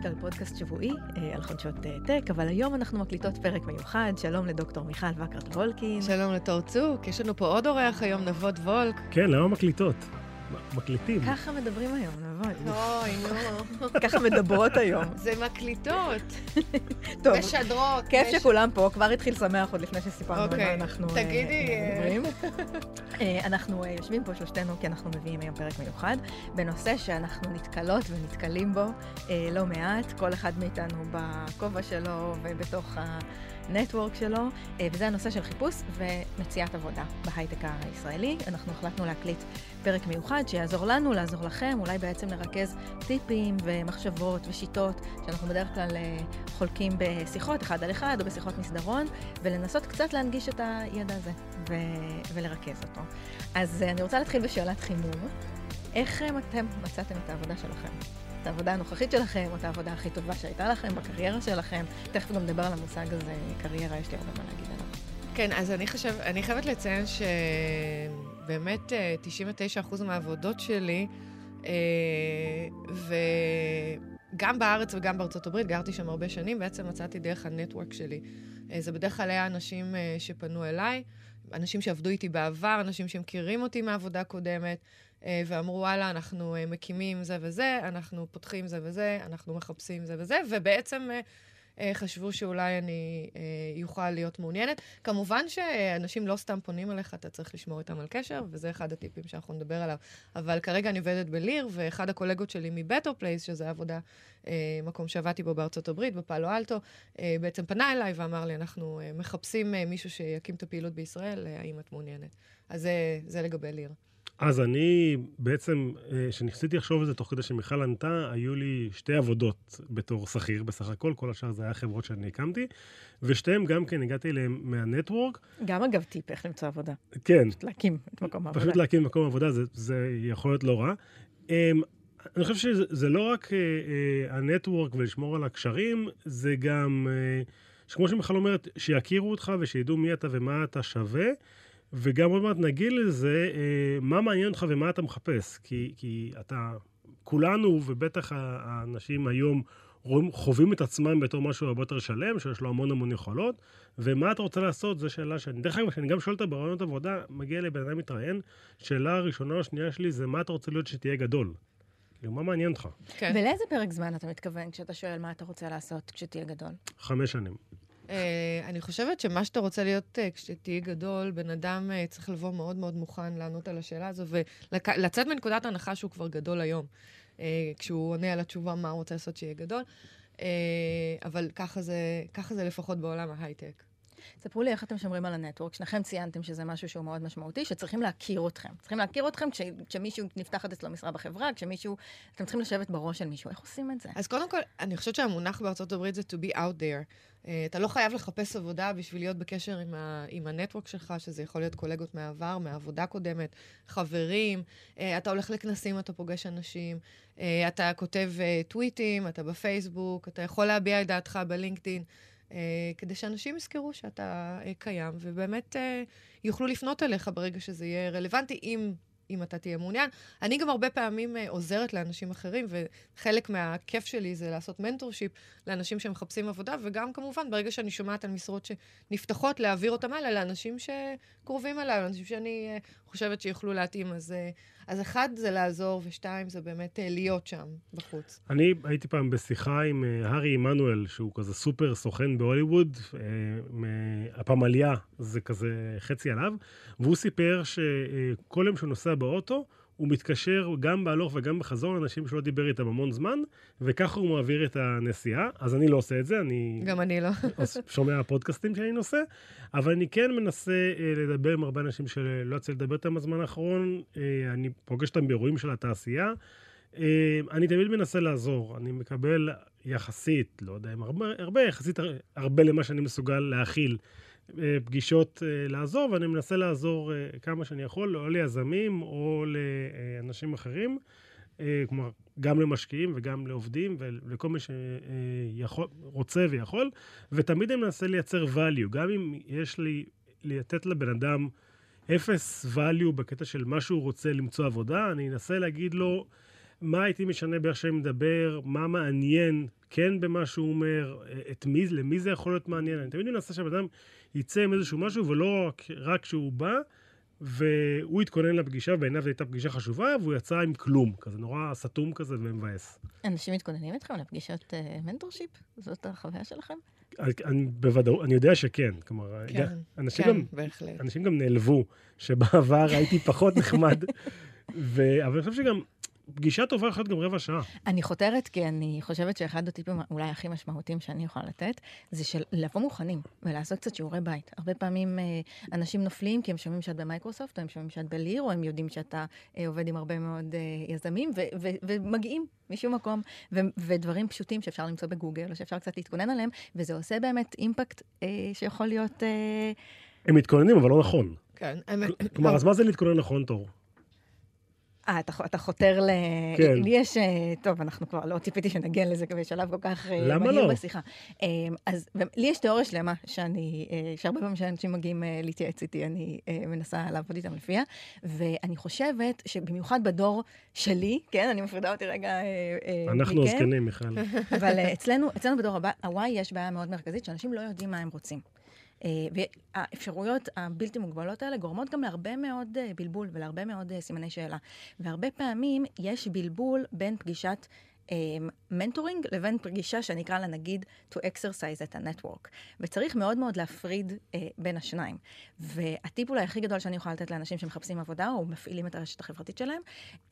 כלל פודקאסט שבועי על חדשות טק, אבל היום אנחנו מקליטות פרק מיוחד. שלום לדוקטור מיכל וקרת-וולקין. שלום לתור צוק, יש לנו פה עוד אורח היום, נבות וולק. כן, למה מקליטות? מקליטים. ככה מדברים היום, נבות. אוי, נו. ככה מדברות היום. זה מקליטות. טוב, משדרות. כיף שכולם פה, כבר התחיל שמח עוד לפני שסיפרנו במה אנחנו מדברים. אנחנו יושבים פה שלושתנו כי אנחנו מביאים היום פרק מיוחד, בנושא שאנחנו נתקלות ונתקלים בו לא מעט, כל אחד מאיתנו בכובע שלו ובתוך הנטוורק שלו, וזה הנושא של חיפוש ומציאת עבודה בהייטק הישראלי. אנחנו החלטנו להקליט פרק מיוחד שיעזור לנו, לעזור לכם, אולי בעצם לרכז טיפים ומחשבות ושיטות שאנחנו בדרך כלל חולקים בשיחות אחד על אחד או בשיחות מסדרון, ולנסות קצת להנגיש את הידע הזה ולרכז אותו. אז אני רוצה להתחיל בשאלת חימום. איך אתם מצאתם את העבודה שלכם? את העבודה הנוכחית שלכם, או את העבודה הכי טובה שהייתה לכם בקריירה שלכם? תכף גם נדבר על המושג הזה, קריירה, יש לי הרבה מה להגיד עליו. כן, אז אני חייבת לציין שבאמת 99% מהעבודות שלי, וגם בארץ וגם בארצות הברית, גרתי שם הרבה שנים, בעצם מצאתי דרך הנטוורק שלי. זה בדרך כלל היה אנשים שפנו אליי, אנשים שעבדו איתי בעבר, אנשים שמכירים אותי מהעבודה קודמת, ואמרו, וואלה, אנחנו מקימים זה וזה, אנחנו פותחים זה וזה, אנחנו מחפשים זה וזה, ובעצם חשבו שאולי אני יוכל להיות מעוניינת. כמובן שאנשים לא סתם פונים אליך, אתה צריך לשמור איתם על קשר, וזה אחד הטיפים שאנחנו נדבר עליו. אבל כרגע אני עובדת בליר, ואחד הקולגות שלי מבטר פלייס, שזה עבודה, מקום שעבדתי בו בארצות הברית, בפאלו אלטו, בעצם פנה אליי ואמר לי, אנחנו מחפשים מישהו שיקים את הפעילות בישראל, האם את מעוניינת. אז זה לגבי ליר. אז אני בעצם, כשניסיתי לחשוב על זה תוך כדי שמיכל ענתה, היו לי שתי עבודות בתור שכיר, בסך הכל, כל השאר זה היה חברות שאני הקמתי, ושתיהם גם כן הגעתי אליהם מהנטוורק. גם אגב טיפ איך למצוא עבודה. כן. פשוט להקים את מקום העבודה. פשוט להקים מקום עבודה, זה יכול להיות לא רע. אני חושב שזה לא רק הנטוורק ולשמור על הקשרים, זה גם, שכמו שמיכל אומרת, שיכירו אותך ושידעו מי אתה ומה אתה שווה, וגם עוד מעט נגיד לזה, מה מעניין אותך ומה אתה מחפש. כי אתה, כולנו, ובטח האנשים היום, חווים את עצמם בתור משהו הרבה יותר שלם, שיש לו המון יכולות, ומה אתה רוצה לעשות, זו שאלה דרך אגב, שאני גם שואלת ברעיונות עבודה, מגיע לבן אדם מתראיין, שאלה הראשונה או השנייה שלי זה מה אתה רוצה להיות שתהיה גדול. כאילו, מה מעניין אותך? כן. ולאיזה פרק זמן אתה מתכוון כשאתה שואל מה אתה רוצה לעשות כשתהיה גדול? 5 שנים. אני חושבת שמה שאתה רוצה להיות כשתהיה גדול, בן אדם צריך לבוא מאוד מאוד מוכן לענות על השאלה הזו, ולצאת מנקודת הנחה שהוא כבר גדול היום, כשהוא עונה על התשובה מה הוא רוצה לעשות שיהיה גדול, אבל ככה זה לפחות בעולם ההייטק. ספרו לי איך אתם שומרים על הנטוורק. שניכם ציינתם שזה משהו שהוא מאוד משמעותי, שצריכים להכיר אתכם. צריכים להכיר אתכם כשמישהו נפתחת אצלו משרה בחברה, אתם צריכים לשבת בראש של מישהו. איך עושים את זה? אז קודם כל, אני חושבת שהמונח בארצות הברית זה to be out there. אתה לא חייב לחפש עבודה בשביל להיות בקשר עם הנטוורק שלך, שזה יכול להיות קולגות מהעבר, מהעבודה קודמת, חברים, אתה הולך לכנסים, אתה פוגש אנשים, אתה כותב טוויטים, אתה בפייסבוק, אתה יכול להביע את דעתך בלינקדין, כדי שאנשים יזכרו שאתה קיים, ובאמת יוכלו לפנות אליך ברגע שזה יהיה רלוונטי, אם אתה תהיה מעוניין. אני גם הרבה פעמים עוזרת לאנשים אחרים, וחלק מהכיף שלי זה לעשות מנטורשיפ לאנשים שמחפשים עבודה, וגם כמובן ברגע שאני שומעת על משרות שנפתחות, להעביר אותם הלאה לאנשים שקרובים אליי, לאנשים שאני חושבת שיוכלו להתאים. אז אחד זה לעזור, ושתיים זה באמת להיות שם בחוץ. אני הייתי פעם בשיחה עם הארי עמנואל, שהוא כזה סופר סוכן בהוליווד, הפמליה זה כזה חצי עליו, והוא סיפר שכל יום שהוא נוסע באוטו, הוא מתקשר גם בהלוך וגם בחזור לאנשים שלא דיבר איתם המון זמן, וככה הוא מעביר את הנסיעה. אז אני לא עושה את זה, גם אני לא. שומע פודקאסטים שאני נושא, אבל אני כן מנסה לדבר עם הרבה אנשים שלא יצא לדבר איתם בזמן האחרון, אני פוגש אותם באירועים של התעשייה, אני תמיד מנסה לעזור, אני מקבל יחסית, לא יודע, הרבה למה שאני מסוגל להכיל, פגישות לעזור, ואני מנסה לעזור כמה שאני יכול, או ליזמים או לאנשים אחרים, כלומר, גם למשקיעים וגם לעובדים, ולכל מי שרוצה ויכול, ותמיד אני מנסה לייצר value, גם אם יש לי לתת לבן אדם 0 value בקטע של מה שהוא רוצה למצוא עבודה, אני אנסה להגיד לו מה הייתי משנה באיך שאני מדבר, מה מעניין, כן במה שהוא אומר, למי זה יכול להיות מעניין. אני תמיד מנסה שהאדם יצא עם איזשהו משהו, ולא רק שהוא בא, והוא התכונן לפגישה, בעיניו זו הייתה פגישה חשובה, והוא יצא עם כלום, כזה נורא סתום כזה ומבאס. אנשים מתכוננים איתכם לפגישת מנטורשיפ? זאת החוויה שלכם? אני יודע שכן, כלומר, אנשים גם נעלבו, שבעבר הייתי פחות נחמד, אבל אני חושב שגם פגישה טובה יכולה גם רבע שעה. אני חותרת, כי אני חושבת שאחד הטיפים אולי הכי משמעותיים שאני יכולה לתת, זה של לבוא מוכנים ולעשות קצת שיעורי בית. הרבה פעמים אנשים נופלים כי הם שומעים שאת במייקרוסופט, או הם שומעים שאת בליר, או הם יודעים שאתה עובד עם הרבה מאוד יזמים, ומגיעים משום מקום, ודברים פשוטים שאפשר למצוא בגוגל, או שאפשר קצת להתכונן עליהם, וזה עושה באמת אימפקט שיכול להיות... הם מתכוננים, אבל לא נכון. כן. כלומר, אז מה זה להתכונן נכון, תור? אתה חותר ל... כן. לי יש... טוב, אנחנו כבר לא ציפיתי שנגיע לזה בשלב כל כך... למה לא? בשיחה. אז לי יש תיאוריה שלמה שהרבה פעמים שאנשים מגיעים להתייעץ איתי, אני מנסה לעבוד איתם לפיה, ואני חושבת שבמיוחד בדור שלי, כן, אני מפרידה אותי רגע... אנחנו זקנים, מיכל. אבל אצלנו בדור ה-Y יש בעיה מאוד מרכזית, שאנשים לא יודעים מה הם רוצים. והאפשרויות הבלתי מוגבלות האלה גורמות גם להרבה מאוד בלבול ולהרבה מאוד סימני שאלה. והרבה פעמים יש בלבול בין פגישת מנטורינג לבין פגישה שאני אקרא לה נגיד to exercise את הנטוורק. וצריך מאוד מאוד להפריד בין השניים. והטיפ אולי הכי גדול שאני יכולה לתת לאנשים שמחפשים עבודה או מפעילים את הרשת החברתית שלהם,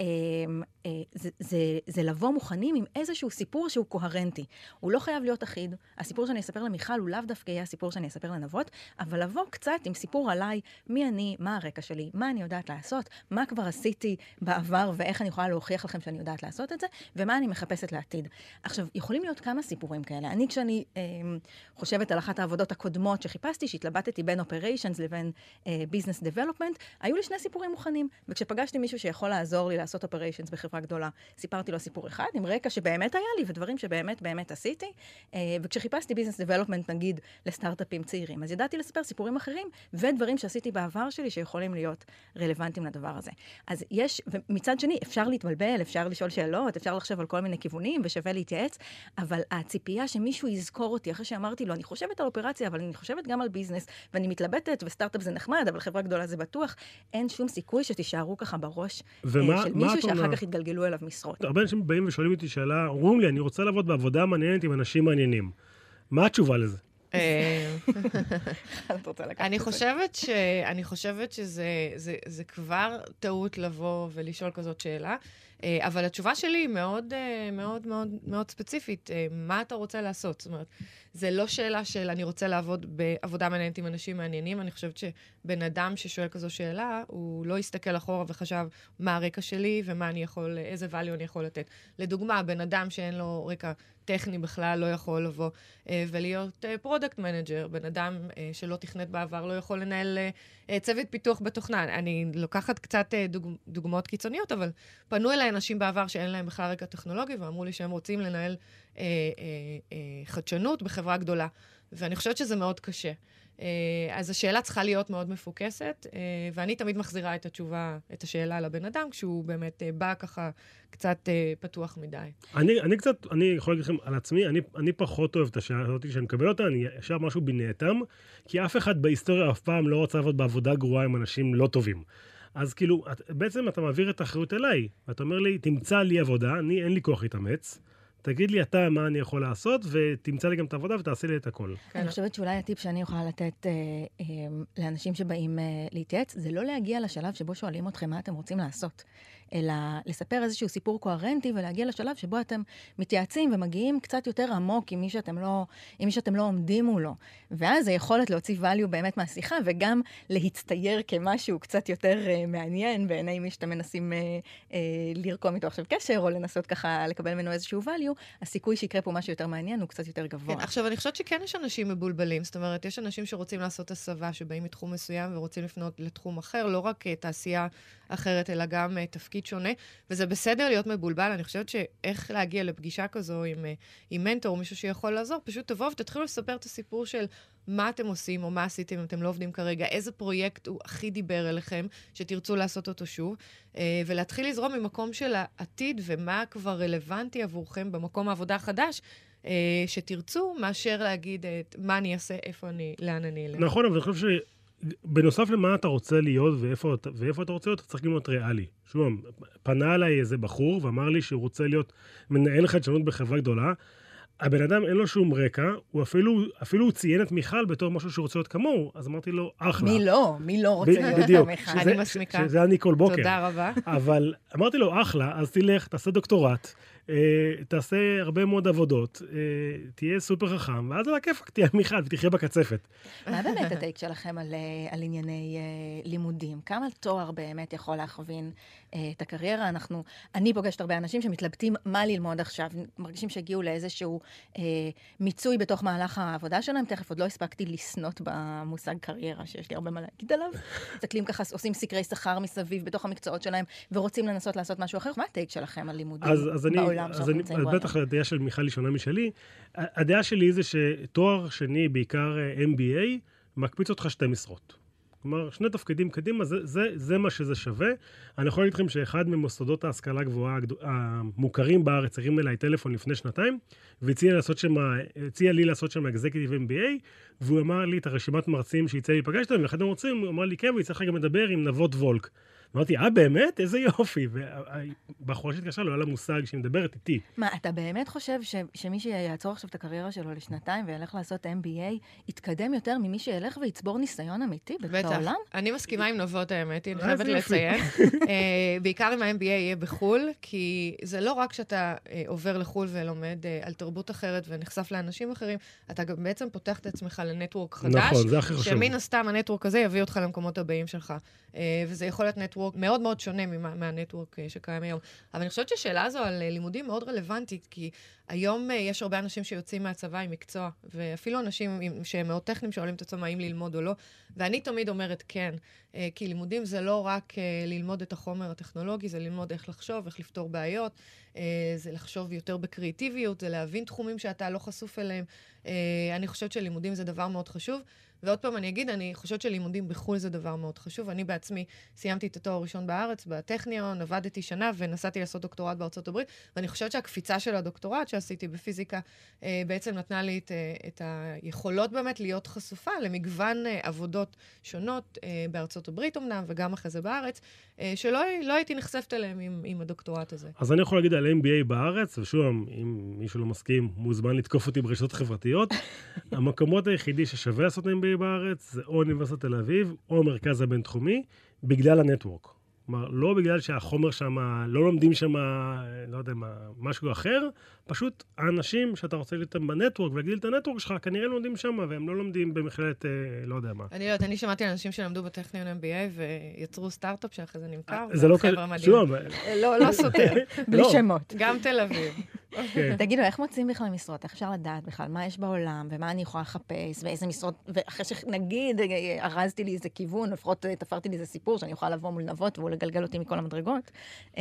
זה לבוא מוכנים עם איזשהו סיפור שהוא קוהרנטי. הוא לא חייב להיות אחיד. הסיפור שאני אספר למיכל הוא לאו דווקא יהיה הסיפור שאני אספר לנבות, אבל לבוא קצת עם סיפור עליי, מי אני, מה הרקע שלי, מה אני יודעת לעשות, מה כבר עשיתי בעבר ואיך אני יכולה להוכיח לכם שאני יודעת לעשות את זה, ומה אני מחפשת לעתיד. עכשיו, יכולים להיות כמה סיפורים כאלה. אני, כשאני חושבת על אחת העבודות הקודמות שחיפשתי, שהתלבטתי בין operations לבין business development, היו לי שני סיפורים מוכנים. וכשפגשתי מישהו שיכול לעזור לי לעשות operations בחברה גדולה, סיפרתי לו סיפור אחד, עם רקע שבאמת היה לי, ודברים שבאמת באמת עשיתי. וכשחיפשתי business development, נגיד, לסטארט-אפים צעירים, אז ידעתי לספר סיפורים אחרים, ודברים שעשיתי בעבר שלי שיכולים להיות רלוונטיים לדבר הזה. אז יש, ומצד שני, אפשר להתבלבל, אפשר לשאול שאלות, אפשר לחשוב על כל מיני כיוונים, ושווה להתייעץ, אבל הציפייה שמישהו יזכור אותי, אחרי שאמרתי לו, אני חושבת על אופרציה, אבל אני חושבת גם על ביזנס, ואני מתלבטת, וסטארט-אפ זה נחמד, אבל חברה גדולה זה בטוח, אין שום סיכוי שתישארו ככה בראש של מישהו שאחר כך יתגלגלו אליו משרות. הרבה אנשים באים ושואלים אותי שאלה, אומרים לי, אני רוצה לעבוד בעבודה מעניינת עם אנשים מעניינים. מה התשובה לזה? אני חושבת שזה כבר טעות לבוא ולשאול כזאת שאלה, אבל התשובה שלי היא מאוד, מאוד, מאוד, מאוד ספציפית. מה אתה רוצה לעשות? זאת אומרת, זה לא שאלה של אני רוצה לעבוד בעבודה מעניינת עם אנשים מעניינים. אני חושבת שבן אדם ששואל כזו שאלה, הוא לא יסתכל אחורה וחשב מה הרקע שלי ומה אני יכול, איזה value אני יכול לתת. לדוגמה, בן אדם שאין לו רקע טכני בכלל לא יכול לבוא ולהיות פרודקט מנג'ר. בן אדם שלא תכנת בעבר לא יכול לנהל צוות פיתוח בתוכנה. אני לוקחת קצת דוגמאות קיצוניות, אבל פנו אליי אנשים בעבר שאין להם בכלל רקע טכנולוגי, ואמרו לי שהם רוצים לנהל חדשנות בחברה גדולה. ואני חושבת שזה מאוד קשה. אז השאלה צריכה להיות מאוד מפוקסת, ואני תמיד מחזירה את התשובה, את השאלה לבן אדם, כשהוא באמת בא ככה קצת פתוח מדי. אני יכול להגיד לכם על עצמי, אני פחות אוהב את השאלה הזאת, שאני מקבל אותה, אני ישר משהו בנאתם, כי אף אחד בהיסטוריה אף פעם לא רוצה לעבוד בעבודה גרועה עם אנשים לא טובים. אז כאילו, בעצם אתה מעביר את האחריות אליי, ואתה אומר לי, תמצא לי עבודה, אין לי כוח להתאמץ, תגיד לי אתה מה אני יכול לעשות, ותמצא לי גם את העבודה ותעשה לי את הכל. אני חושבת שאולי הטיפ שאני יכולה לתת לאנשים שבאים להתייעץ, זה לא להגיע לשלב שבו שואלים אתכם מה אתם רוצים לעשות, אלא לספר איזשהו סיפור קוהרנטי, ולהגיע לשלב שבו אתם מתייעצים ומגיעים קצת יותר עמוק עם מי שאתם לא עומדים מולו. ואז היכולת להוציא value באמת מהשיחה, וגם להצטייר כמשהו קצת יותר מעניין בעיני מי שאתם מנסים לרקום איתו עכשיו קשר, או לנסות ככה לקבל ממנו איזשהו value, הסיכוי שיקרה פה משהו יותר מעניין הוא קצת יותר גבוה. כן, עכשיו אני חושבת שכן יש אנשים מבולבלים, זאת אומרת, יש אנשים שרוצים לעשות הסבה, שבאים מתחום מסוים ורוצים לפנות לתחום אחר, לא רק תעשייה אחרת, אלא גם תפקיד שונה, וזה בסדר להיות מבולבל. אני חושבת שאיך להגיע לפגישה כזו עם מנטור, מישהו שיכול לעזור, פשוט תבואו ותתחילו לספר את הסיפור של מה אתם עושים, או מה עשיתם אם אתם לא עובדים כרגע, איזה פרויקט הוא הכי דיבר אליכם, שתרצו לעשות אותו שוב, ולהתחיל לזרום ממקום של העתיד, ומה כבר רלוונטי עבורכם במקום העבודה החדש, שתרצו, מאשר להגיד מה אני אעשה, לאן אני אלך. נכון, אבל אני חושב שבנוסף למה אתה רוצה להיות ואיפה אתה רוצה להיות, אתה צריך גם להיות ריאלי. שוב, פנה עליי איזה בחור ואמר לי שהוא רוצה להיות מנהל חדשנות בחברה גדולה. הבן אדם אין לו שום רקע, הוא אפילו ציין את מיכל בתור משהו שהוא רוצה להיות כמוהו, אז אמרתי לו, אחלה. מי לא רוצה להיות מיכל? אני מסמיקה. שזה אני כל בוקר. תודה רבה. אבל אמרתי לו, אחלה, אז תלך, תעשה דוקטורט, תעשה הרבה מאוד עבודות, תהיה סופר חכם, ואז על הכיפק תהיה מיכל ותחיה בקצפת. מה באמת הטייק שלכם על ענייני לימודים? כמה תואר באמת יכול להכווין את הקריירה? אני פוגשת הרבה אנשים שמתלבטים מה ללמוד עכשיו, מרגישים שהגיעו לאיזשהו מיצוי בתוך מהלך העבודה שלהם, תכף עוד לא הספקתי לסנות במושג קריירה, שיש לי הרבה מה להגיד עליו. מסתכלים ככה, עושים סקרי שכר מסביב בתוך המקצועות שלהם, ורוצים לנסות לעשות משהו אחר. מה הטייק שלכם על לימודים בעולם שאנחנו נמצאים בו? אז בטח הדעה של מיכל היא שונה משלי. הדעה שלי זה שתואר שני, בעיקר MBA, מקפיץ אותך 2 משרות. כלומר, 2 תפקידים קדימה, זה מה שזה שווה. אני יכול להגיד לכם שאחד ממוסדות ההשכלה הגבוהה המוכרים בארץ, הרים אליי טלפון לפני 2 והציע לי לעשות שם אקזקיוטיב MBA, והוא אמר לי את הרשימת מרצים שיצא לי לפגש אותם, ואחד הם הוא אמר לי, כן, ויצטרך גם לדבר עם נבות וולק. אמרתי, באמת? איזה יופי. ובחורה שהתקשרה לו, היה לה מושג שהיא מדברת איתי. מה, אתה באמת חושב שמי שיעצור עכשיו את הקריירה שלו ל2 וילך לעשות MBA, יתקדם יותר ממי שילך ויצבור ניסיון אמיתי בעולם? בטח. אני מסכימה עם נבות האמת, אני חייבת לציין. בעיקר אם ה-MBA יהיה בחול, כי זה לא רק שאתה עובר לחול ולומד על תרבות אחרת ונחשף לאנשים אחרים, אתה גם בעצם פותח את עצמך לנטוורק חדש. נכון, זה הכי חשוב. שמן הסתם הנטוורק הזה יביא אותך למקומות הבאים שלך. וזה יכול להיות נטוורק מאוד מאוד שונה מהנטוורק שקיים היום. אבל אני חושבת שהשאלה הזו על לימודים מאוד רלוונטית, כי היום יש הרבה אנשים שיוצאים מהצבא עם מקצוע, ואפילו אנשים שהם מאוד טכניים שואלים את עצמם האם ללמוד או לא, ואני תמיד אומרת כן, כי לימודים זה לא רק ללמוד את החומר הטכנולוגי, זה ללמוד איך לחשוב, איך לפתור בעיות, זה לחשוב יותר בקריאטיביות, זה להבין תחומים שאתה לא חשוף אליהם. אני חושבת שלימודים זה דבר מאוד חשוב, ועוד פעם אני אגיד, אני חושבת שלימודים בחו"ל זה דבר מאוד חשוב. אני בעצמי סיימתי את התואר הראשון בארץ, בטכניון, עבדתי שנה ונסעתי לעשות דוקטורט בארצות הברית, ואני חושבת שהקפיצה של הדוקטורט שעשיתי בפיזיקה בעצם נתנה לי את היכולות באמת להיות חשופה למגוון עבודות שונות בארצות הברית אמנם, וגם אחרי זה בארץ, שלא הייתי נחשפת אליהם עם הדוקטורט הזה. אז אני יכול להגיד על MBA בארץ, ושוב, אם מישהו לא מסכים, מוזמן לתקוף אותי ברשתות חברתיות. המקומות היחידי ששווה לעשות MBA בארץ זה או אוניברסיטת תל אביב, או המרכז הבינתחומי, בגלל הנטוורק. כלומר, לא בגלל שהחומר שם, לא לומדים שם, לא יודע מה, משהו אחר, פשוט האנשים שאתה רוצה ללמוד בנטוורק ולהגדיל את הנטוורק שלך, כנראה לומדים שם, והם לא לומדים במכללת, לא יודע מה. אני שמעתי על אנשים שלמדו בטכניון MBA ויצרו סטארט-אפ שאחרי זה נמכר. זה לא שוב. לא סותר. בלי שמות. גם תל אביב. תגידו, איך מוצאים בכלל משרות? איך אפשר לדעת בכלל מה יש בעולם, ומה אני יכולה לחפש, ואיזה משרות, ואחרי שנגיד, ארזתי לי איזה כיוון, לפחות תפרתי לי איזה סיפור, שאני יכולה לבוא מול נבות, והוא לגלגל אותי מכל המדרגות.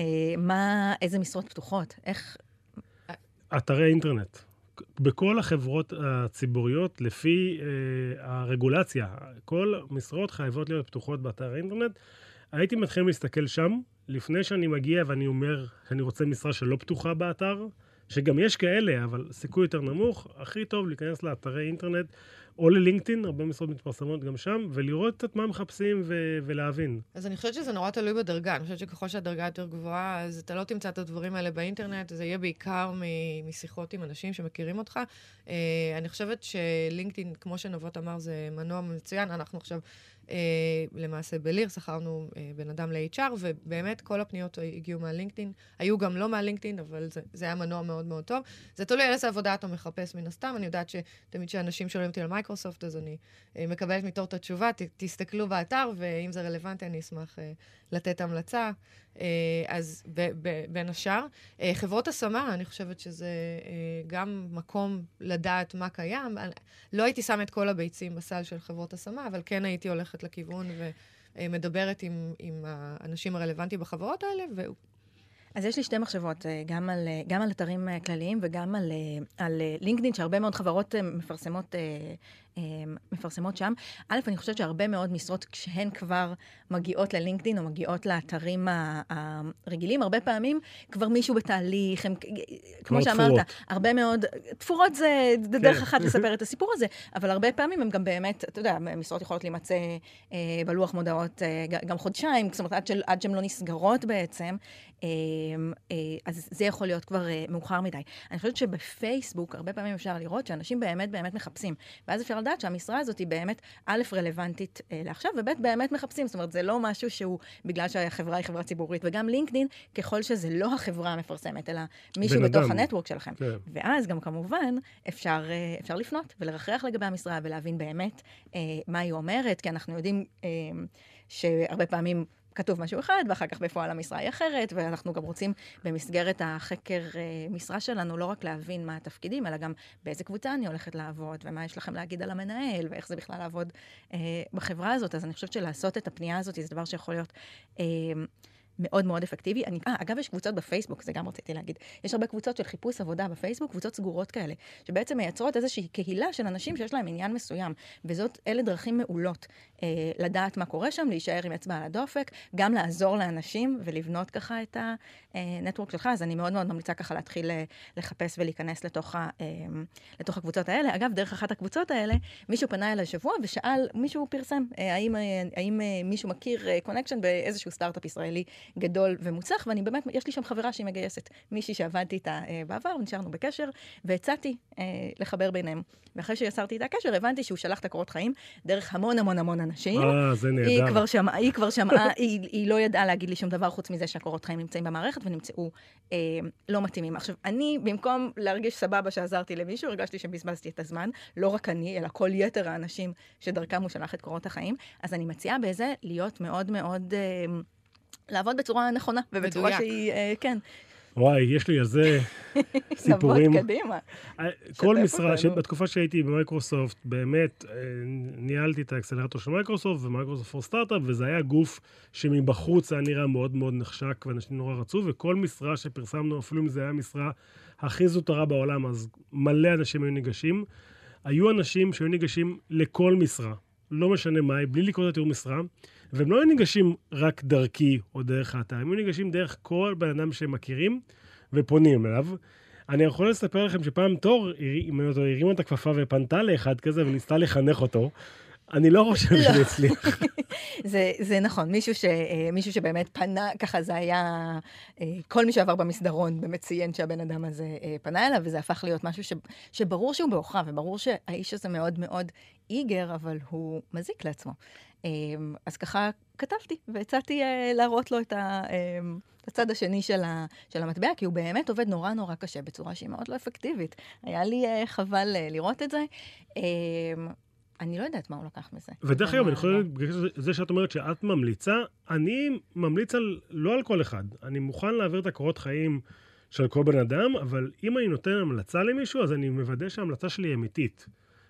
איזה משרות פתוחות? איך... אתרי אינטרנט. בכל החברות הציבוריות, לפי הרגולציה, כל משרות חייבות להיות פתוחות באתר האינטרנט. הייתי מתחיל להסתכל שם, לפני שאני מגיע ואני אומר שאני רוצה משרה שלא פתוחה באתר, שגם יש כאלה, אבל סיכוי יותר נמוך, הכי טוב להיכנס לאתרי אינטרנט, או ללינקדאין, הרבה משרות מתפרסמות גם שם, ולראות את מה מחפשים ולהבין. אז אני חושבת שזה נורא תלוי בדרגה. אני חושבת שככל שהדרגה יותר גבוהה, אז אתה לא תמצא את הדברים האלה באינטרנט, זה יהיה בעיקר משיחות עם אנשים שמכירים אותך. אני חושבת שלינקדאין, כמו שנבות אמר, זה מנוע מצוין. אנחנו עכשיו למעשה בליר, שכרנו בן אדם ל-HR, ובאמת כל הפניות הגיעו מהלינקדאין. היו גם לא מהלינקדאין, אבל זה היה מנוע מאוד מאוד טוב. זה תלוי על איזה עבודה אתה מחפש מן הסתם. אני יודעת שתמיד שאנשים שואלים אותי על מייקרוסופט, אז אני מקבלת מתור את התשובה, תסתכלו באתר, ואם זה רלוונטי, אני אשמח לתת המלצה. אז בין השאר, חברות השמה, אני חושבת שזה גם מקום לדעת מה קיים. לא הייתי שמה את כל הביצים בסל של חברות השמה, אבל כן הייתי הולכת לכיוון ומדברת עם האנשים הרלוונטיים בחברות האלה, אז יש לי 2 מחשבות, גם על אתרים כלליים וגם על לינקדאין, שהרבה מאוד חברות מפרסמות מפרסמות שם. א', אני חושבת שהרבה מאוד משרות, כשהן כבר מגיעות ללינקדין או מגיעות לאתרים הרגילים, הרבה פעמים כבר מישהו בתהליך, כמו שאמרת, הרבה מאוד, תפורות זה דרך אחת לספר את הסיפור הזה, אבל הרבה פעמים הם גם באמת, אתה יודע, משרות יכולות להימצא בלוח מודעות גם חודשיים, זאת אומרת, עד שהן לא נסגרות בעצם, אז זה יכול להיות כבר מאוחר מדי. אני חושבת שבפייסבוק הרבה פעמים אפשר לראות שאנשים באמת באמת מחפשים, ואז אפשר לדעת שהמשרה הזאת היא באמת א' רלוונטית לעכשיו, וב' באמת מחפשים, זאת אומרת, זה לא משהו שהוא בגלל שהחברה היא חברה ציבורית, וגם לינקדין, ככל שזה לא החברה המפרסמת, אלא מישהו בתוך הנטוורק שלכם. כן. ואז גם כמובן אפשר לפנות ולרחרח לגבי המשרה, ולהבין באמת מה היא אומרת, כי אנחנו יודעים שהרבה פעמים כתוב משהו אחד, ואחר כך בפועל המשרה היא אחרת, ואנחנו גם רוצים במסגרת החקר משרה שלנו, לא רק להבין מה התפקידים, אלא גם באיזה קבוצה אני הולכת לעבוד, ומה יש לכם להגיד על המנהל, ואיך זה בכלל לעבוד בחברה הזאת. אז אני חושבת שלעשות את הפנייה הזאת, זה דבר שיכול להיות מאוד מאוד אפקטיבי. אגב, יש קבוצות בפייסבוק, זה גם רציתי להגיד. יש הרבה קבוצות של חיפוש עבודה בפייסבוק, קבוצות סגורות כאלה, שבעצם מייצרות איזושהי קהילה של אנשים שיש להם עניין מסוים, אלה דרכים מעולות לדעת מה קורה שם, להישאר עם אצבע על הדופק, גם לעזור לאנשים ולבנות ככה את הנטוורק שלך. אז אני מאוד מאוד ממליצה ככה להתחיל לחפש ולהיכנס לתוך הקבוצות האלה. אגב, דרך אחת הקבוצות האלה, מישהו פנה אליי שבוע ושאל, מישהו פרסם, האם מישהו מכיר קונקשן באיזשהו סטארט-אפ ישראלי גדול ומוצלח, ואני באמת, יש לי שם חברה שהיא מגייסת, מישהי שעבדתי איתה בעבר, ונשארנו בקשר, והצעתי לחבר ביניהם. ואחרי שיסרתי את הקשר, הבנתי שהוא שלח את הקורות חיים דרך המון המון המון אנשים. זה נהדר. היא כבר שמעה, היא לא ידעה להגיד לי שום דבר חוץ מזה שהקורות חיים נמצאים במערכת, ונמצאו לא מתאימים. עכשיו, אני, במקום להרגיש סבבה שעזרתי למישהו, הרגשתי שבזבזתי את הזמן, לא רק אני, אלא כל יתר האנשים שדרכם הוא שלח את קורות החיים. אז אני מציעה בזה להיות מאוד מאוד לעבוד בצורה נכונה, ובצורה שהיא, כן. וואי, יש לי על זה סיפורים. נעבוד קדימה. כל משרה, בתקופה שהייתי במייקרוסופט, באמת ניהלתי את האקסלרטור של מייקרוסופט, ומייקרוסופט פור סטארט-אפ, וזה היה גוף שמבחוץ היה נראה מאוד מאוד נחשק, ואנשים נורא רצו, וכל משרה שפרסמנו, אפילו אם זה היה משרה הכי זוטרה בעולם, אז מלא אנשים היו ניגשים. היו אנשים שהיו ניגשים לכל משרה, לא משנה מה, בלי לקרוא את התיאור משרה, והם לא היו ניגשים רק דרכי או דרך האתר, הם היו ניגשים דרך כל בן אדם שהם מכירים ופונים אליו. אני יכול לספר לכם שפעם תור הרימה את הכפפה ופנתה לאחד כזה וניסתה לחנך אותו. אני לא חושב שזה הצליח. זה נכון, מישהו שבאמת פנה, ככה זה היה, כל מי שעבר במסדרון באמת ציין שהבן אדם הזה פנה אליו, וזה הפך להיות משהו שברור שהוא בעוכריו, וברור שהאיש הזה מאוד מאוד איגר, אבל הוא מזיק לעצמו. אז ככה כתבתי, והצעתי להראות לו את הצד השני של המטבע, כי הוא באמת עובד נורא נורא קשה, בצורה שהיא מאוד לא אפקטיבית. היה לי חבל לראות את זה. אני לא יודעת מה הוא לקח מזה. ודרך אגב, אני חושב, זה שאת אומרת שאת ממליצה, אני ממליץ לא על כל אחד. אני מוכן להעביר את הקורות חיים של כל בן אדם, אבל אם אני נותן המלצה למישהו, אז אני מוודא שההמלצה שלי היא אמיתית.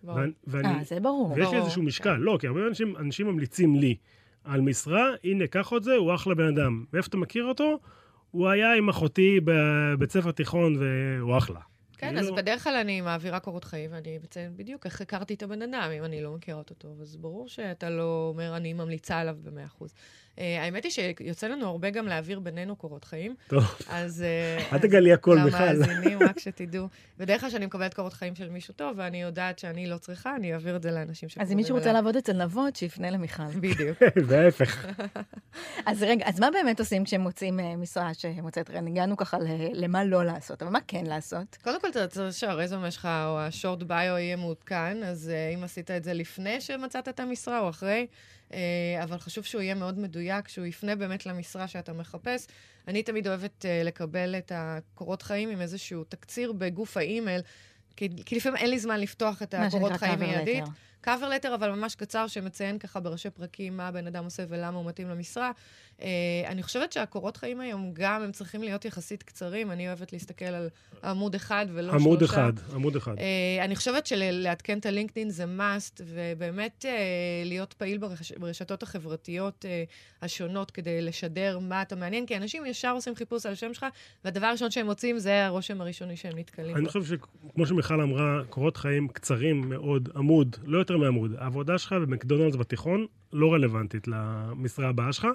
זה ברור. ויש לי איזשהו משקל. לא, כי הרבה אנשים ממליצים לי על משרה, הנה, קח את זה, הוא אחלה בן אדם. ואיפה אתה מכיר אותו? הוא היה עם אחותי בבית ספר תיכון, והוא אחלה. כן, אז בדרך כלל אני מעבירה קורות חיים, ואני בציין בדיוק איך הכרתי את הבן אדם, אם אני לא מכירת אותו. אז ברור שאתה לא אומר, אני ממליצה עליו ב100%. האמת היא שיוצא לנו הרבה גם להעביר בינינו קורות חיים. טוב. אז אל תגלי הכל בכלל. למאזינים, רק שתדעו. בדרך כלל שאני מקבלת קורות חיים של מישהו טוב, ואני יודעת שאני לא צריכה, אני אעביר את זה לאנשים שקוראים. אז אם מישהו רוצה לעבוד אצל נבות, שיפנה למיכל. בדיוק. וההפך. אז רגע, אז מה באמת עושים כשהם מוצאים משרה שמוצאת? הגענו ככה למה לא לעשות, אבל מה כן לעשות? קודם כל, אתה צריך שהרזומה שלך או השורט ביו יהיה מעודכן, אז אם עשית את זה לפני שמצאת את המשרה או אחרי, אבל חשוב שהוא יהיה מאוד מדויק, שהוא יפנה באמת למשרה שאתה מחפש. אני תמיד אוהבת לקבל את הקורות חיים עם איזשהו תקציר בגוף האימייל, כי לפעמים אין לי זמן לפתוח את הקורות חיים מיידית. קאבר לטר, אבל ממש קצר, שמציין ככה בראשי פרקים מה הבן אדם עושה ולמה הוא מתאים למשרה. אני חושבת שהקורות חיים היום גם הם צריכים להיות יחסית קצרים. אני אוהבת להסתכל על עמוד אחד ולא שלושה. עמוד אחד. אני חושבת שלעדכן את הלינקדין זה must, ובאמת להיות פעיל ברשתות החברתיות השונות כדי לשדר מה אתה מעניין, כי אנשים ישר עושים חיפוש על השם שלך, והדבר הראשון שהם מוצאים זה הרושם הראשוני שהם נתקלים בו. אני חושב שכמו שמיכל אמרה, קורות חיים קצרים מאוד, עמוד, לא יותר מטר מעמוד. העבודה שלך במקדונלדס בתיכון לא רלוונטית למשרה הבאה שלך,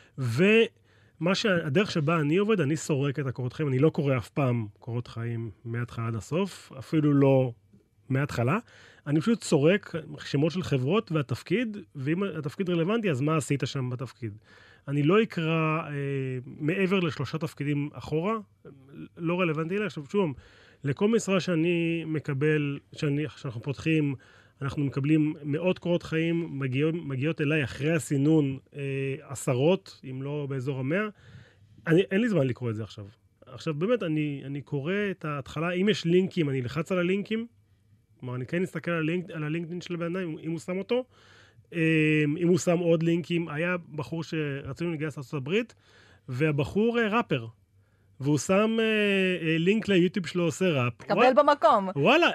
הדרך שבה אני עובד, אני סורק את הקורות חיים, אני לא קורא אף פעם קורות חיים מההתחלה עד הסוף, אפילו לא מההתחלה. אני פשוט סורק שמות של חברות והתפקיד, ואם התפקיד רלוונטי, אז מה עשית שם בתפקיד? אני לא אקרא מעבר ל3 תפקידים אחורה, לא רלוונטי אלא. עכשיו שוב, לכל משרה שאני מקבל, שאנחנו פותחים, אנחנו מקבלים מאות קורות חיים, מגיעות אליי אחרי הסינון 10, אם לא באזור 100. אין לי זמן לקרוא את זה עכשיו. עכשיו באמת, אני קורא את ההתחלה, אם יש לינקים, אני לחץ על הלינקים, כלומר, אני כן אסתכל על הלינקדאין של הבן אדם, אם הוא שם אותו. אם הוא שם עוד לינקים, היה בחור שרצינו לגייס לארצות הברית, והבחור ראפר, והוא שם לינק ליוטיוב שלו עושה ראפ. תקבל במקום. וואלה.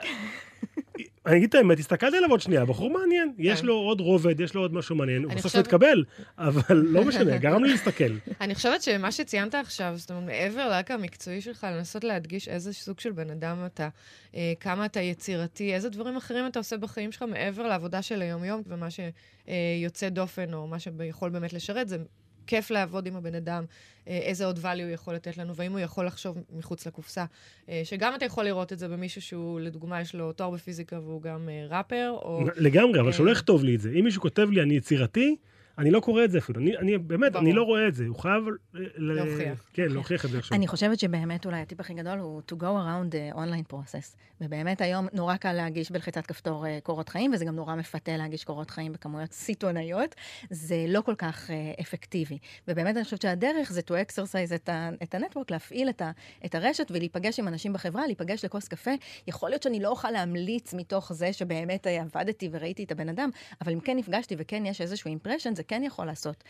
אני אגיד את האמת, הסתכלתי עליו עוד שנייה, בחור מעניין, יש לו עוד רובד, יש לו עוד משהו מעניין, הוא בסוף מתקבל, אבל לא משנה, גרם לי להסתכל. אני חושבת שמה שציינת עכשיו, זאת אומרת, מעבר לרקע המקצועי שלך, לנסות להדגיש איזה סוג של בן אדם אתה, כמה אתה יצירתי, איזה דברים אחרים אתה עושה בחיים שלך, מעבר לעבודה של היום-יום, ומה שיוצא דופן, או מה שיכול באמת לשרת, זה כיף לעבוד עם הבן אדם, איזה עוד value הוא יכול לתת לנו, והאם הוא יכול לחשוב מחוץ לקופסה. שגם אתה יכול לראות את זה במישהו שהוא, לדוגמה, יש לו תואר בפיזיקה, והוא גם ראפר, או... לגמרי, אבל שולח טוב לי את זה. אם מישהו כותב לי, אני יצירתי, אני לא קורא את זה אפילו. באמת, אני לא רואה את זה. הוא חייב להוכיח. כן, להוכיח את זה עכשיו. אני חושבת שבאמת אולי הטיפ הכי גדול הוא to go around the online process. ובאמת היום נורא קל להגיש בלחיצת כפתור קורות חיים, וזה גם נורא מפתה להגיש קורות חיים בכמויות סיטונאיות. זה לא כל כך אפקטיבי. ובאמת אני חושבת שהדרך זה to exercise את הנטוורק, להפעיל את הרשת ולהיפגש עם אנשים בחברה, להיפגש לכוס קפה. יכול להיות שאני לא אוכל להמליץ מתוך זה שבאמת עבדתי וראיתי את הבן אדם, אבל אם כן נפגשתי וכן יש איזשהו impression, זה כן יכול לעשות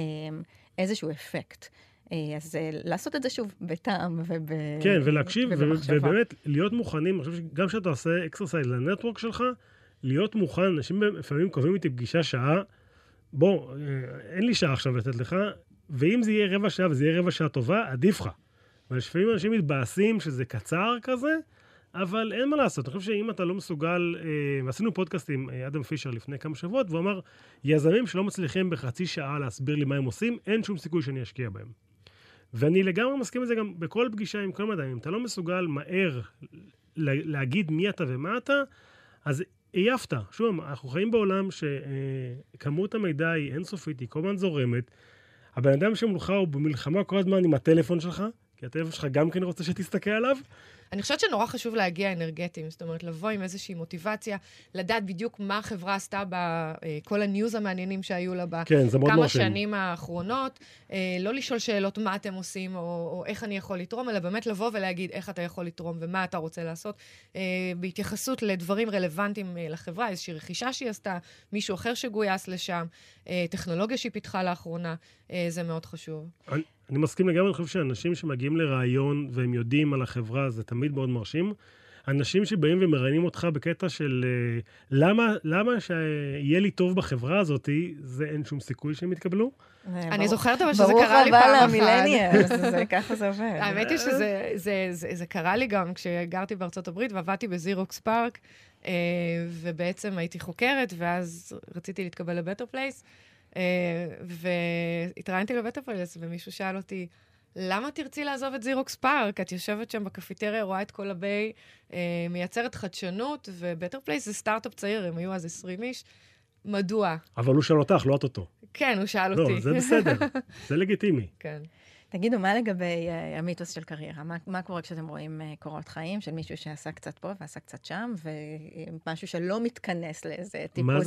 איזשהו אפקט. אז לעשות את זה שוב בטעם כן, ולהקשיב, ובאמת להיות מוכנים, אני חושב שגם שאתה עושה אקסרסייז לנטוורק שלך, להיות מוכן, אנשים לפעמים קובעים איתי פגישה שעה, בוא, אין לי שעה עכשיו לתת לך, ואם זה יהיה רבע שעה וזה יהיה רבע שעה טובה, עדיף לך. ולפעמים אנשים מתבאסים שזה קצר כזה, אבל אין מה לעשות. אני חושב שאם אתה לא מסוגל, עשינו פודקאסט עם אדם פישר לפני כמה שבועות, והוא אמר, יזמים שלא מצליחים בחצי שעה להסביר לי מה הם עושים, אין שום סיכוי שאני אשקיע בהם. ואני לגמרי מסכים את זה גם בכל פגישה עם כל מדעים. אם אתה לא מסוגל מהר להגיד מי אתה ומה אתה, אז עייפת. שוב, אנחנו חיים בעולם שכמות המידע היא אינסופית, היא כל הזמן זורמת. הבן אדם שמולך הוא במלחמה כל הזמן עם הטלפון שלך, כי הטלפון שלך גם כן רוצה שתסתכל עליו. אני חושבת שנורא חשוב להגיע אנרגטיים, זאת אומרת, לבוא עם איזושהי מוטיבציה, לדעת בדיוק מה החברה עשתה בכל הניוז המעניינים שהיו לה בכמה שנים האחרונות, לא לשאול שאלות מה אתם עושים, או איך אני יכול לתרום, אלא באמת לבוא ולהגיד איך אתה יכול לתרום ומה אתה רוצה לעשות, בהתייחסות לדברים רלוונטיים לחברה, איזושהי רכישה שהיא עשתה, מישהו אחר שגויס לשם, טכנולוגיה שהיא פיתחה לאחרונה, זה מאוד חשוב. אני מסכים לגמרי, אני חושב שאנשים שמגיעים לרעיון והם יודעים על החברה, זה תמיד מאוד מרשים. אנשים שבאים ומראיינים אותך בקטע של למה שיהיה לי טוב בחברה הזאת, זה אין שום סיכוי שהם יתקבלו. אני זוכרת אבל שזה קרה לי פעם אחת. ברוך הבא למילניאל, ככה זה עובד. האמת היא שזה קרה לי גם כשגרתי בארצות הברית ועבדתי בזירוקס פארק, ובעצם הייתי חוקרת, ואז רציתי להתקבל לבטר פלייס, והתראיינתי לבטר פלייס, ומישהו שאל אותי, למה תרצי לעזוב את זירוקס פארק? את יושבת שם בקפיטריה, רואה את כל הביי, מייצרת חדשנות, ובטר פלייס זה סטארט-אפ צעיר, הם היו אז 20 איש. מדוע? אבל הוא שאל אותך, לא את אותו. כן, הוא שאל אותי. לא, זה בסדר. זה לגיטימי. כן. תגידו, מה לגבי המיתוס של קריירה? מה קורה כשאתם רואים קורות חיים של מישהו שעשה קצת פה ועשה קצת שם, ומשהו שלא מתכנס לאיזה טיפוס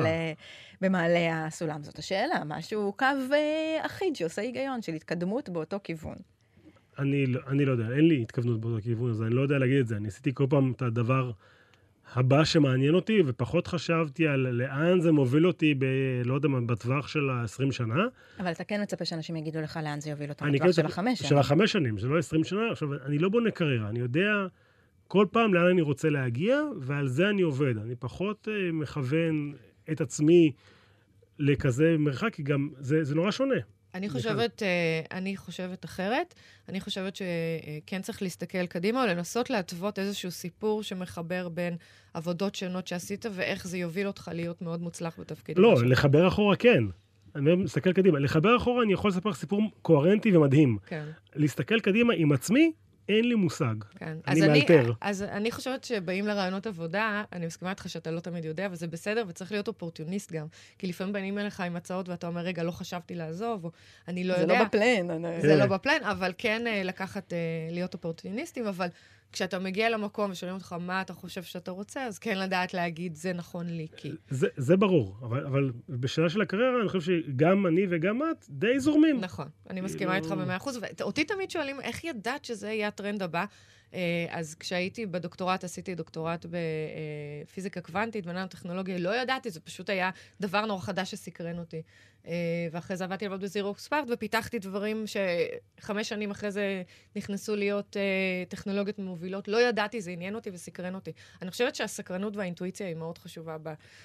במעלה הסולם? זאת השאלה, משהו קו אחיד שעושה היגיון של התקדמות באותו כיוון. אני לא יודע, אין לי התכוונות באותו כיוון, אז אני לא יודע להגיד את זה. אני עשיתי כל פעם את הדבר הבא שמעניין אותי, ופחות חשבתי על לאן זה מוביל אותי, לא יודע, בטווח של 20 שנה. אבל אתה כן מצפה שאנשים יגידו לך לאן זה יוביל אותם בטווח של 5 שנים. של 5 שנים, זה לא 20 שנה. עכשיו, אני לא בונה קריירה, אני יודע כל פעם לאן אני רוצה להגיע, ועל זה אני עובד. אני פחות מכוון את עצמי לכזה מרחק, כי גם זה נורא שונה. אני חושבת אחרת. אני חושבת שכן צריך להסתכל קדימה, או לנסות להתוות איזשהו סיפור שמחבר בין עבודות שונות שעשית, ואיך זה יוביל אותך להיות מאוד מוצלח בתפקיד. לא, לחבר אחורה כן. אני מסתכל קדימה. לחבר אחורה אני יכול לספר סיפור קוהרנטי ומדהים. כן. להסתכל קדימה עם עצמי, אין לי מושג. כן. אני מאלתר. אז אני חושבת שבאים לרעיונות עבודה, אני מסכימה איתך שאתה לא תמיד יודע, וזה בסדר, וצריך להיות אופורטוניסט גם. כי לפעמים באים אליך עם הצעות, ואתה אומר, רגע, לא חשבתי לעזוב, או אני לא יודע. זה לא בפלן. זה לא בפלן, אבל כן לקחת, להיות אופורטוניסטים, אבל כשאתה מגיע למקום ושואלים אותך מה אתה חושב שאתה רוצה, אז כן לדעת להגיד, זה נכון לי, כי... זה ברור, אבל בשאלה של הקריירה, אני חושב שגם אני וגם את די זורמים. נכון, אני מסכימה איתך ב100%, ואותי תמיד שואלים, איך ידעת שזה יהיה הטרנד הבא? אז כשהייתי בדוקטורט, עשיתי דוקטורט בפיזיקה קוונטית, בננו-טכנולוגיה, לא ידעתי, זה פשוט היה דבר נורא חדש שסקרן אותי. ואחרי זה עבדתי לעבוד בזירו ספארט, ופיתחתי דברים ש5 שנים אחרי זה נכנסו להיות טכנולוגיות מובילות. לא ידעתי, זה עניין אותי וסקרן אותי. אני חושבת שהסקרנות והאינטואיציה היא מאוד חשובה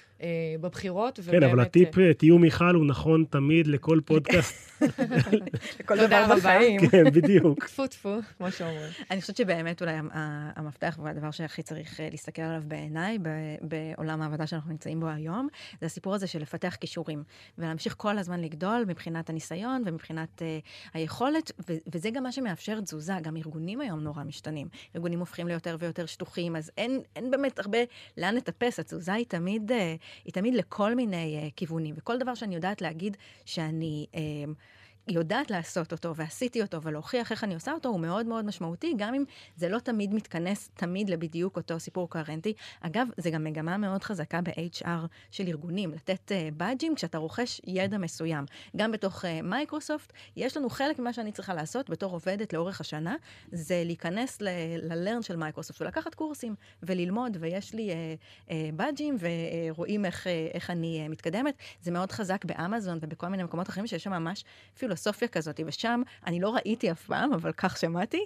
בבחירות. כן, אבל הטיפ, תהיו מיכל, הוא נכון תמיד לכל פודקאסט. לכל דבר בחיים. כן, בדיוק. טפו, כמו שאומרים. אני חושבת שבאמת אולי המפתח והדבר שהכי צריך להסתכל עליו בעיניי, בעולם העבודה שאנחנו נמצאים בו היום, זה הסיפור הזה של לפתח קישורים, ולהמשיך כל הזמן לגדול מבחינת הניסיון ומבחינת היכולת, וזה גם מה שמאפשר תזוזה. גם ארגונים היום נורא משתנים. ארגונים הופכים ליותר ויותר שטוחים, אז אין באמת הרבה לאן לטפס. התזוזה היא תמיד לכל מיני כיוונים, וכל דבר שאני יודעת להגיד שאני יודעת לעשות אותו, ועשיתי אותו, ולהוכיח איך אני עושה אותו, הוא מאוד מאוד משמעותי, גם אם זה לא תמיד מתכנס תמיד לבדיוק אותו סיפור קוהרנטי. אגב, זה גם מגמה מאוד חזקה ב-HR של ארגונים, לתת באג'ים כשאתה רוכש ידע מסוים. גם בתוך מייקרוסופט, יש לנו חלק ממה שאני צריכה לעשות בתור עובדת לאורך השנה, זה להיכנס ללרן של מייקרוסופט, ולקחת קורסים וללמוד, ויש לי באג'ים, ורואים איך אני מתקדמת. זה מאוד חזק באמזון ובכל מיני מקומות אחרים שיש שם ממש פילוסופיה כזאת, ושם אני לא ראיתי אף פעם, אבל כך שמעתי,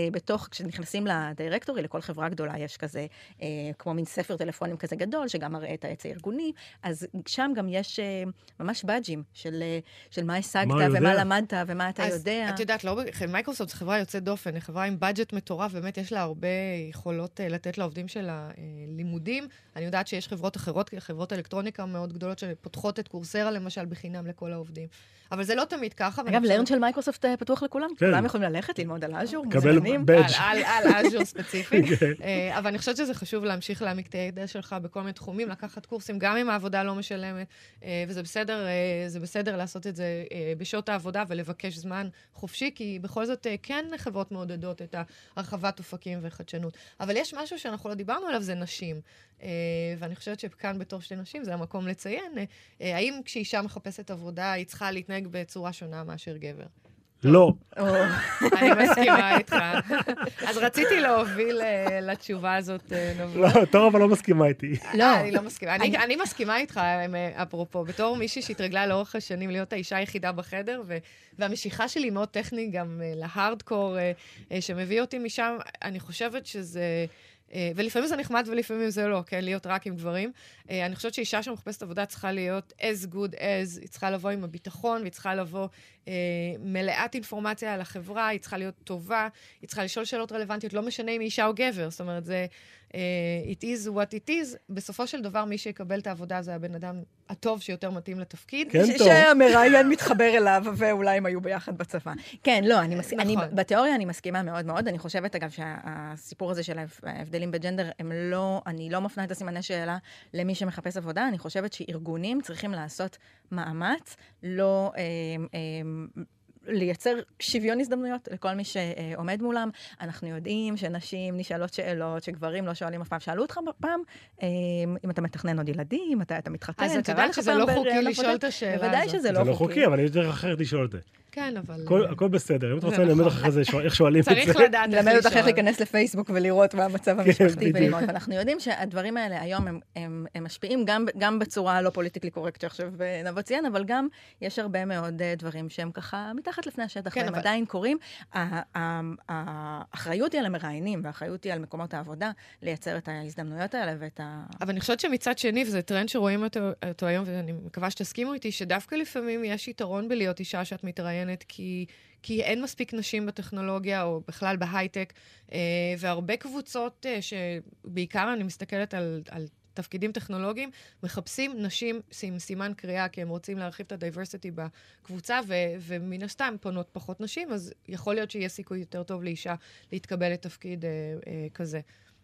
כשנכנסים לדירקטורי, לכל חברה גדולה יש כזה, כמו מין ספר טלפונים כזה גדול, שגם מראה את העץ הארגוני, אז שם גם יש ממש באג'ים של מה השגת, ומה למדת, ומה אתה יודע. את יודעת, מייקרוסופט זו חברה יוצאת דופן, היא חברה עם בדג'ט מטורף, באמת יש לה הרבה יכולות לתת לעובדים של הלימודים. אני יודעת שיש חברות אחרות, חברות אלקטרוניקה מאוד גדולות, שפותחות את קורסרה, למשל, בחינם לכל העובדים. אבל זה לא תמיד ככה. אגב, לרן של מייקרוסופט פתוח לכולם. כולם יכולים ללכת, ללמוד על אז'ור, קבל בדג'. על אז'ור ספציפית. אבל אני חושבת שזה חשוב להמשיך להעמיק את הידע שלך בכל מיני תחומים, לקחת קורסים, גם אם העבודה לא משלמת, וזה בסדר לעשות את זה בשעות העבודה ולבקש זמן חופשי, כי בכל זאת כן חברות מעודדות את הרחבת אופקים וחדשנות. אבל יש משהו שאנחנו לא דיברנו עליו, זה נשים. ואני חושבת שכאן בתור שתי נשים זה המקום לציין, האם כשאישה מחפשת עבודה היא צריכה להתנהג בצורה שונה מאשר גבר? לא. אני מסכימה איתך. אז רציתי להוביל לתשובה הזאת, נובל. לא, טוב, אבל לא מסכימה איתי. לא, אני לא מסכימה. אני מסכימה איתך, אפרופו, בתור מישהי שהתרגלה לאורך השנים להיות האישה היחידה בחדר, והמשיכה שלי מאוד טכנית גם להארדקור, שמביא אותי משם, אני חושבת שזה... ולפעמים זה נחמד ולפעמים זה לא, כן? להיות רק עם גברים. אני חושבת שאישה שמחפשת עבודה צריכה להיות as good as, היא צריכה לבוא עם הביטחון, והיא צריכה לבוא מלאת אינפורמציה על החברה, היא צריכה להיות טובה, היא צריכה לשאול שאלות רלוונטיות, לא משנה אם היא אישה או גבר, זאת אומרת, זה it is what it is, בסופו של דבר מי שיקבל את העבודה זה הבן אדם הטוב שיותר מתאים לתפקיד. כן, טוב. שהמראיין מתחבר אליו, ואולי הם היו ביחד בצבא. כן, לא, בתיאוריה אני מסכימה מאוד מאוד, אני חושבת אגב שהסיפור הזה של ההבדלים בג'נדר, אני לא מפנה את הסימני שאלה למי שמחפש עבודה, אני חושבת שארגונים צריכים לעשות מאמץ, לא לייצר שוויון הזדמנויות לכל מי שעומד מולם. אנחנו יודעים שנשים נשאלות שאלות, שגברים לא שואלים אף פעם. שאלו אותך פעם, אם אתה מתכנן עוד ילדים, אתה מתחתן. אז אתה יודע שזה לא חוקי לשאול את השאלה הזאת. בוודאי שזה לא חוקי. זה לא חוקי, אבל יש דרך אחרת לשאול את זה. כן, אבל... הכל בסדר, אם את רוצה ללמד אחרי זה איך שואלים את זה. צריך לדעת איך ללמד אותך איך להיכנס לפייסבוק ולראות מה המצב המשפחתי וללמוד. ואנחנו יודעים שהדברים האלה היום הם משפיעים גם בצורה לא פוליטיקלי קורקט שעכשיו נבוא ציין, אבל גם יש הרבה מאוד דברים שהם ככה מתחת לפני השטח, והם עדיין קורים. האחריות היא על המראיינים, והאחריות היא על מקומות העבודה, לייצר את ההזדמנויות האלה ואת ה... אבל אני חושבת שמצד שני, וזה טרנד שרואים אותו היום, ואני מקווה שתסכימו איתי, שדווקא לפעמים יש יתרון בלהיות אישה שאת מתראיינת, כי אין מספיק נשים בטכנולוגיה, או בכלל בהייטק, והרבה קבוצות שבעיקר אני מסתכלת על תפקידים טכנולוגיים, מחפשים נשים עם סימן קריאה, כי הם רוצים להרחיב את הדייברסיטי בקבוצה, ומן הסתם פונות פחות נשים, אז יכול להיות שיהיה סיכוי יותר טוב לאישה להתקבל לתפקיד כזה.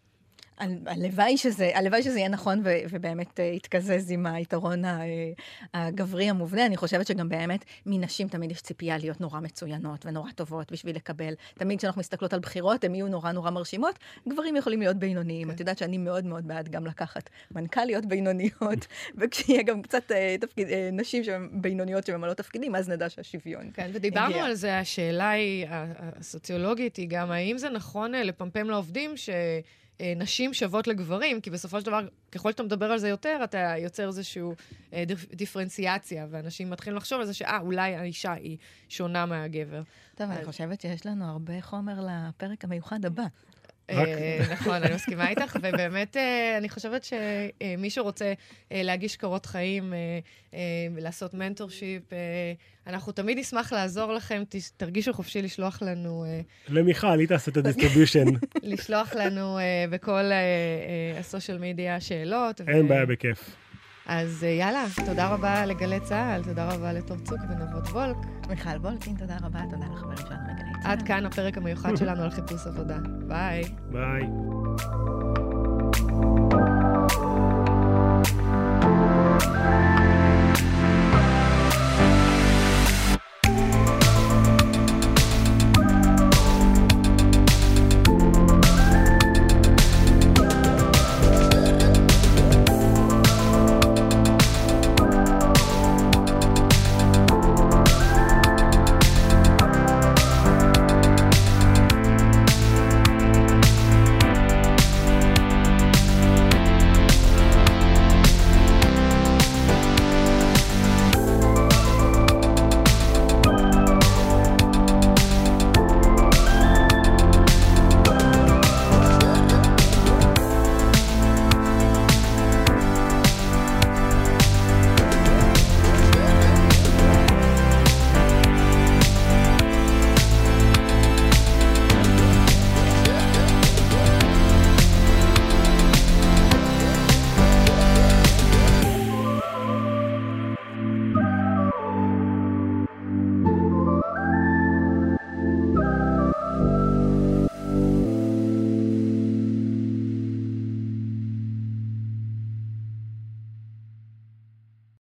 הלוואי שזה יהיה נכון ובאמת יתקזז עם היתרון הגברי המובנה. אני חושבת שגם באמת מנשים תמיד יש ציפייה להיות נורא מצוינות ונורא טובות בשביל לקבל. תמיד כשאנחנו מסתכלות על בחירות, הן יהיו נורא נורא מרשימות. גברים יכולים להיות בינוניים. את יודעת שאני מאוד מאוד בעד גם לקחת מנכ"ליות בינוניות, וכשיהיה גם קצת נשים בינוניות שממלאות תפקידים, אז נדע שהשוויון. כן, ודיברנו על זה, השאלה הסוציולוגית היא גם, האם זה נכון לפמפם לעובדים נשים שוות לגברים, כי בסופו של דבר, ככל שאתה מדבר על זה יותר, אתה יוצר איזושהי דיפרנציאציה, ואנשים מתחילים לחשוב על זה אולי האישה היא שונה מהגבר. טוב, אני חושבת שיש לנו הרבה חומר לפרק המיוחד הבא. נכון, אני מסכימה איתך, ובאמת אני חושבת שמי שרוצה להגיש קורות חיים, לעשות מנטורשיפ, אנחנו תמיד נשמח לעזור לכם, תרגישו חופשי לשלוח לנו... למיכל, היא תעשה את הדיסטריביושן. לשלוח לנו בכל הסושיאל מדיה שאלות. אין בעיה, בכיף. אז יאללה, תודה רבה לגלי צהל, תודה רבה לתור צוק ונבות וולק. מיכל וולקין, תודה רבה, תודה לחברים שלנו לגלי צהל. עד כאן הפרק המיוחד שלנו על חיפוש עבודה. ביי. ביי.